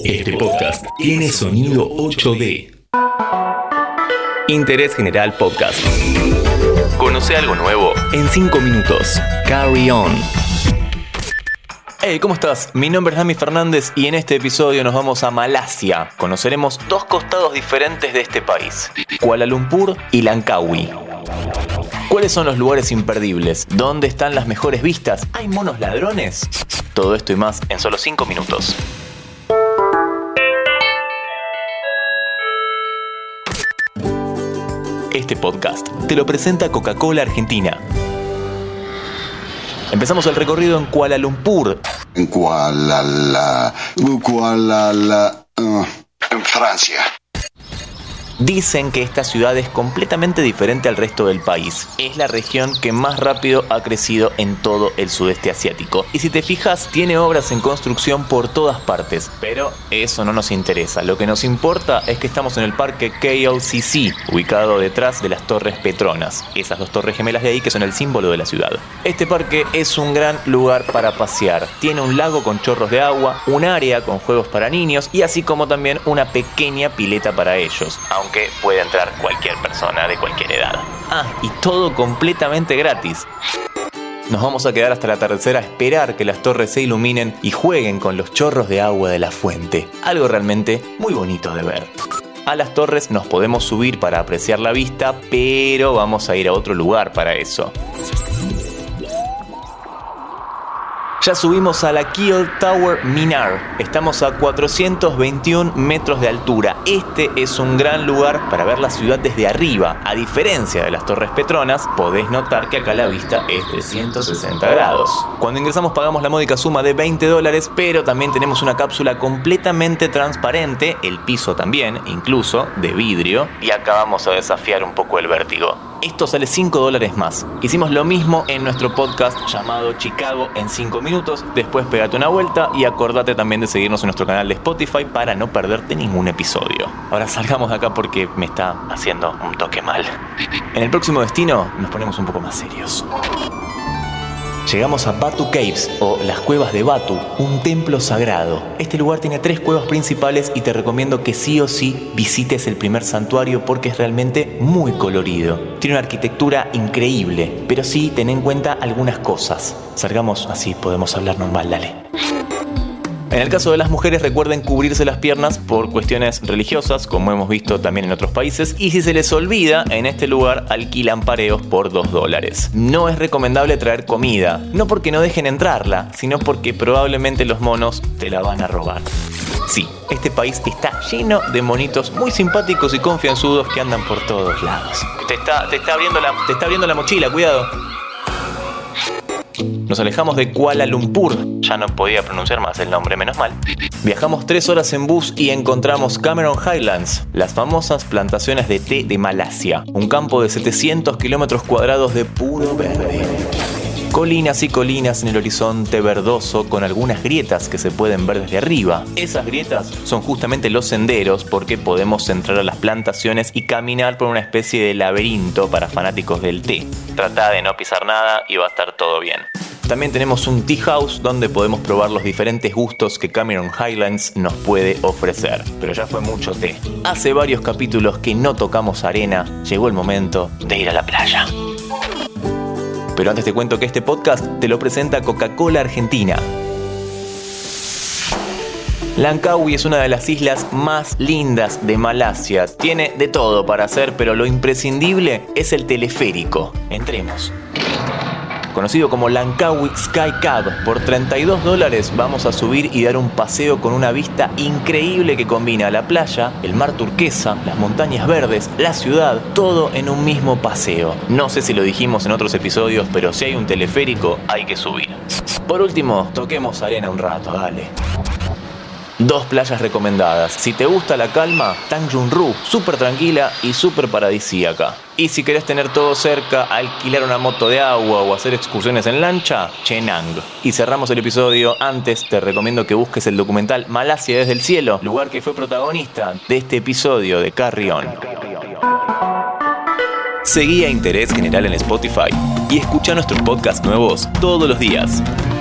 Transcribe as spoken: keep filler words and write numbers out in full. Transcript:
Este podcast tiene sonido ocho D. Interés General Podcast. Conoce algo nuevo en cinco minutos. Carry on. Hey, ¿cómo estás? Mi nombre es Dami Fernández y en este episodio nos vamos a Malasia. Conoceremos dos costados diferentes de este país: Kuala Lumpur y Langkawi. ¿Cuáles son los lugares imperdibles? ¿Dónde están las mejores vistas? ¿Hay monos ladrones? Todo esto y más en solo cinco minutos. Este podcast te lo presenta Coca-Cola Argentina. Empezamos el recorrido en Kuala Lumpur. En Kuala la, Kuala la, uh, en Francia. Dicen que esta ciudad es completamente diferente al resto del país. Es la región que más rápido ha crecido en todo el sudeste asiático. Y si te fijas, tiene obras en construcción por todas partes. Pero eso no nos interesa. Lo que nos importa es que estamos en el parque K L C C, ubicado detrás de las Torres Petronas. Esas dos torres gemelas de ahí que son el símbolo de la ciudad. Este parque es un gran lugar para pasear. Tiene un lago con chorros de agua, un área con juegos para niños y así como también una pequeña pileta para ellos. Aunque que puede entrar cualquier persona de cualquier edad. Ah, y todo completamente gratis. Nos vamos a quedar hasta el atardecer a esperar que las torres se iluminen y jueguen con los chorros de agua de la fuente. Algo realmente muy bonito de ver. A las torres nos podemos subir para apreciar la vista, pero vamos a ir a otro lugar para eso. Ya subimos a la Kiel Tower Minar. Estamos a cuatrocientos veintiún metros de altura. Este es un gran lugar para ver la ciudad desde arriba. A diferencia de las Torres Petronas, podés notar que acá la vista es de ciento sesenta grados. Cuando ingresamos pagamos la módica suma de veinte dólares, pero también tenemos una cápsula completamente transparente, el piso también, incluso, de vidrio. Y acá vamos a desafiar un poco el vértigo. Esto sale cinco dólares más. Hicimos lo mismo en nuestro podcast llamado Chicago en cinco minutos. Después pégate una vuelta y acordate también de seguirnos en nuestro canal de Spotify para no perderte ningún episodio. Ahora salgamos de acá porque me está haciendo un toque mal. En el próximo destino nos ponemos un poco más serios. Llegamos a Batu Caves, o las cuevas de Batu, un templo sagrado. Este lugar tiene tres cuevas principales y te recomiendo que sí o sí visites el primer santuario porque es realmente muy colorido. Tiene una arquitectura increíble, pero sí ten en cuenta algunas cosas. Salgamos así podemos hablar normal, dale. En el caso de las mujeres, recuerden cubrirse las piernas por cuestiones religiosas, como hemos visto también en otros países. Y si se les olvida, en este lugar alquilan pareos por dos dólares. No es recomendable traer comida, no porque no dejen entrarla, sino porque probablemente los monos te la van a robar. Sí, este país está lleno de monitos muy simpáticos y confianzudos que andan por todos lados. Te está, te está abriendo la, te está abriendo la mochila, cuidado. Nos alejamos de Kuala Lumpur. Ya no podía pronunciar más el nombre, menos mal. Viajamos tres horas en bus y encontramos Cameron Highlands, las famosas plantaciones de té de Malasia. Un campo de setecientos kilómetros cuadrados de puro verde. Colinas y colinas en el horizonte verdoso con algunas grietas que se pueden ver desde arriba. Esas grietas son justamente los senderos porque podemos entrar a las plantaciones y caminar por una especie de laberinto para fanáticos del té. Trata de no pisar nada y va a estar todo bien. También tenemos un tea house donde podemos probar los diferentes gustos que Cameron Highlands nos puede ofrecer. Pero ya fue mucho té. Hace varios capítulos que no tocamos arena. Llegó el momento de ir a la playa. Pero antes te cuento que este podcast te lo presenta Coca-Cola Argentina. Langkawi es una de las islas más lindas de Malasia. Tiene de todo para hacer, pero lo imprescindible es el teleférico. Entremos. Conocido como Langkawi Sky Cab, por treinta y dos dólares vamos a subir y dar un paseo con una vista increíble que combina la playa, el mar turquesa, las montañas verdes, la ciudad, todo en un mismo paseo. No sé si lo dijimos en otros episodios, pero si hay un teleférico, hay que subir. Por último, toquemos arena un rato, dale. Dos playas recomendadas. Si te gusta la calma, Tanjung Ru, súper tranquila y súper paradisíaca. Y si querés tener todo cerca, alquilar una moto de agua o hacer excursiones en lancha, Chenang. Y cerramos el episodio. Antes te recomiendo que busques el documental Malasia desde el cielo, lugar que fue protagonista de este episodio de Carry On. Seguí a Interés General en Spotify y escucha nuestros podcasts nuevos todos los días.